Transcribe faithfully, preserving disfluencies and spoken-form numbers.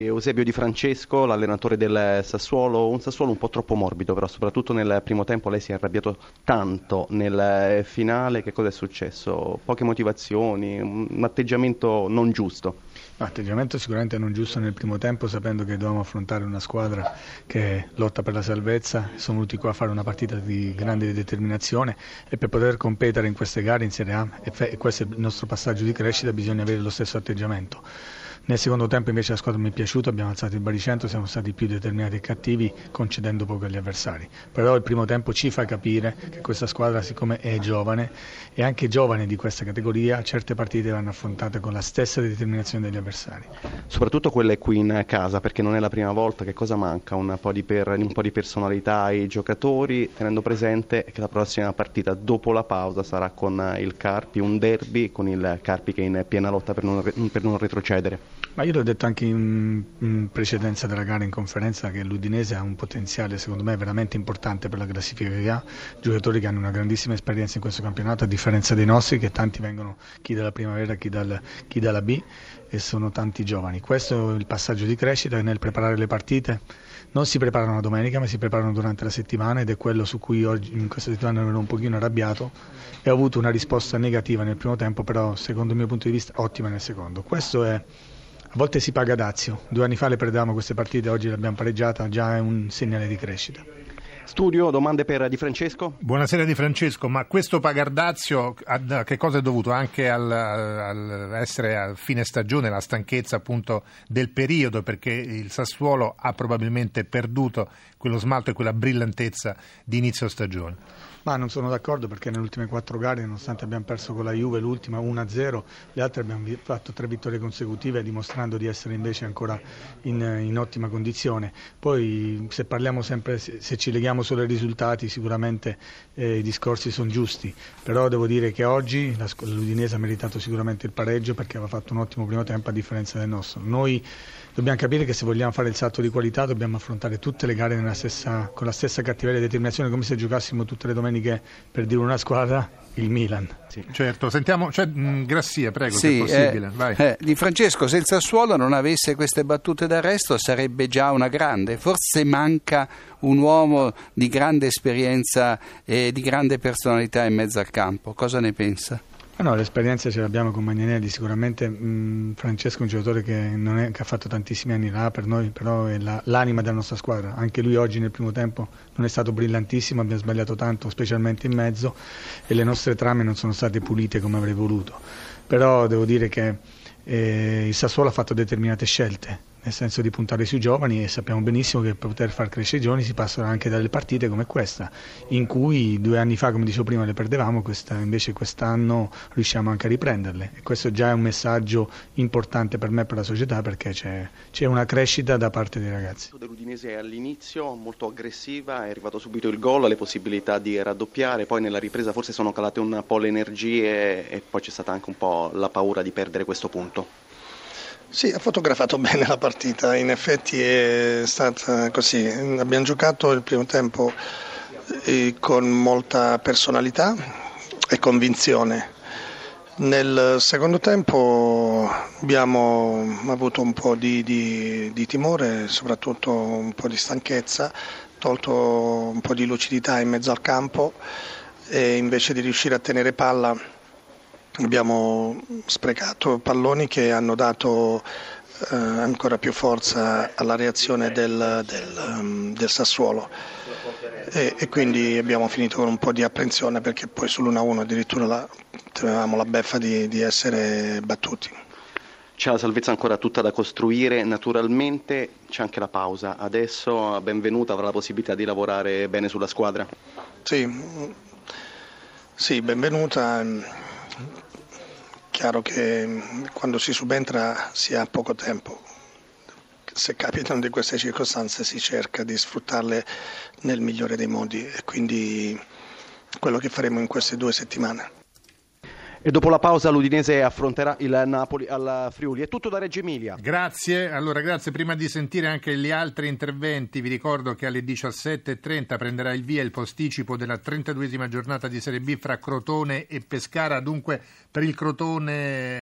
Eusebio Di Francesco, l'allenatore del Sassuolo, un Sassuolo un po' troppo morbido, però soprattutto nel primo tempo lei si è arrabbiato tanto nel finale. Che cosa è successo? Poche motivazioni, un atteggiamento non giusto. Atteggiamento sicuramente non giusto nel primo tempo, sapendo che dovevamo affrontare una squadra che lotta per la salvezza. Sono venuti qua a fare una partita di grande determinazione e per poter competere in queste gare in Serie A, e questo è il nostro passaggio di crescita, bisogna avere lo stesso atteggiamento. Nel secondo tempo invece la squadra mi è piaciuta, abbiamo alzato il baricentro, siamo stati più determinati e cattivi, concedendo poco agli avversari. Però il primo tempo ci fa capire che questa squadra, siccome è giovane e anche giovane di questa categoria, certe partite vanno affrontate con la stessa determinazione degli avversari. Soprattutto quelle qui in casa, perché non è la prima volta. Che cosa manca? Un po' di, per, un po' di personalità ai giocatori, tenendo presente che la prossima partita dopo la pausa sarà con il Carpi, un derby con il Carpi che è in piena lotta per non, per non retrocedere. Ma io l'ho detto anche in, in precedenza della gara in conferenza che l'Udinese ha un potenziale secondo me veramente importante per la classifica che ha, giocatori che hanno una grandissima esperienza in questo campionato, a differenza dei nostri che tanti vengono chi dalla primavera, chi, dal, chi dalla B, e sono tanti giovani. Questo è il passaggio di crescita, e nel preparare le partite non si preparano la domenica ma si preparano durante la settimana, ed è quello su cui oggi in questa settimana ero un pochino arrabbiato e ho avuto una risposta negativa nel primo tempo, però secondo il mio punto di vista ottima nel secondo. Questo è A volte si paga dazio, due anni fa le perdevamo queste partite, oggi le abbiamo pareggiata, già è un segnale di crescita. Studio, domande per Di Francesco? Buonasera Di Francesco, ma questo pagardazio a che cosa è dovuto? Anche al, al essere a fine stagione, la stanchezza appunto del periodo, perché il Sassuolo ha probabilmente perduto quello smalto e quella brillantezza di inizio stagione. Ma non sono d'accordo, perché nelle ultime quattro gare, nonostante abbiamo perso con la Juve l'ultima uno a zero, le altre abbiamo fatto tre vittorie consecutive, dimostrando di essere invece ancora in, in ottima condizione. Poi se parliamo sempre, se ci leghiamo solo ai risultati, sicuramente eh, i discorsi sono giusti, però devo dire che oggi la, l'Udinese ha meritato sicuramente il pareggio, perché aveva fatto un ottimo primo tempo a differenza del nostro. Noi dobbiamo capire che se vogliamo fare il salto di qualità dobbiamo affrontare tutte le gare nella stessa, con la stessa cattiveria e determinazione, come se giocassimo tutte le domeniche, per dire una squadra, il Milan. Sì. Certo, sentiamo, cioè, mh, Grassia, prego, sì, se è possibile. Eh, Vai. Eh, Di Francesco, se il Sassuolo non avesse queste battute d'arresto sarebbe già una grande, forse manca un uomo di grande esperienza e di grande personalità in mezzo al campo, cosa ne pensa? Ah no, l'esperienza ce l'abbiamo con Magnanelli, sicuramente. mh, Francesco è un giocatore che, non è, che ha fatto tantissimi anni là per noi, però è la, l'anima della nostra squadra. Anche lui oggi nel primo tempo non è stato brillantissimo, abbiamo sbagliato tanto, specialmente in mezzo, e le nostre trame non sono state pulite come avrei voluto. Però devo dire che eh, il Sassuolo ha fatto determinate scelte, nel senso di puntare sui giovani, e sappiamo benissimo che per poter far crescere i giovani si passano anche dalle partite come questa, in cui due anni fa, come dicevo prima, le perdevamo, questa, invece quest'anno riusciamo anche a riprenderle, e questo già è un messaggio importante per me e per la società, perché c'è, c'è una crescita da parte dei ragazzi. L'Udinese all'inizio molto aggressiva, è arrivato subito il gol, le possibilità di raddoppiare, poi nella ripresa forse sono calate un po' le energie e poi c'è stata anche un po' la paura di perdere questo punto. Sì, ha fotografato bene la partita, in effetti è stata così. Abbiamo giocato il primo tempo eh, con molta personalità e convinzione. Nel secondo tempo abbiamo avuto un po' di, di, di timore, soprattutto un po' di stanchezza, tolto un po' di lucidità in mezzo al campo, e invece di riuscire a tenere palla abbiamo sprecato palloni che hanno dato eh, ancora più forza alla reazione del, del, um, del Sassuolo, e, e quindi abbiamo finito con un po' di apprensione, perché poi sull'uno a uno addirittura la, temevamo la beffa di, di essere battuti. C'è la salvezza ancora tutta da costruire, naturalmente c'è anche la pausa. Adesso benvenuta, avrà la possibilità di lavorare bene sulla squadra? Sì, sì, benvenuta. Chiaro che quando si subentra si ha poco tempo, se capitano di queste circostanze si cerca di sfruttarle nel migliore dei modi, e quindi quello che faremo in queste due settimane. E dopo la pausa l'Udinese affronterà il Napoli al Friuli. È tutto da Reggio Emilia. Grazie, allora grazie. Prima di sentire anche gli altri interventi, vi ricordo che alle diciassette e trenta prenderà il via il posticipo della trentaduesima giornata di Serie B fra Crotone e Pescara. Dunque per il Crotone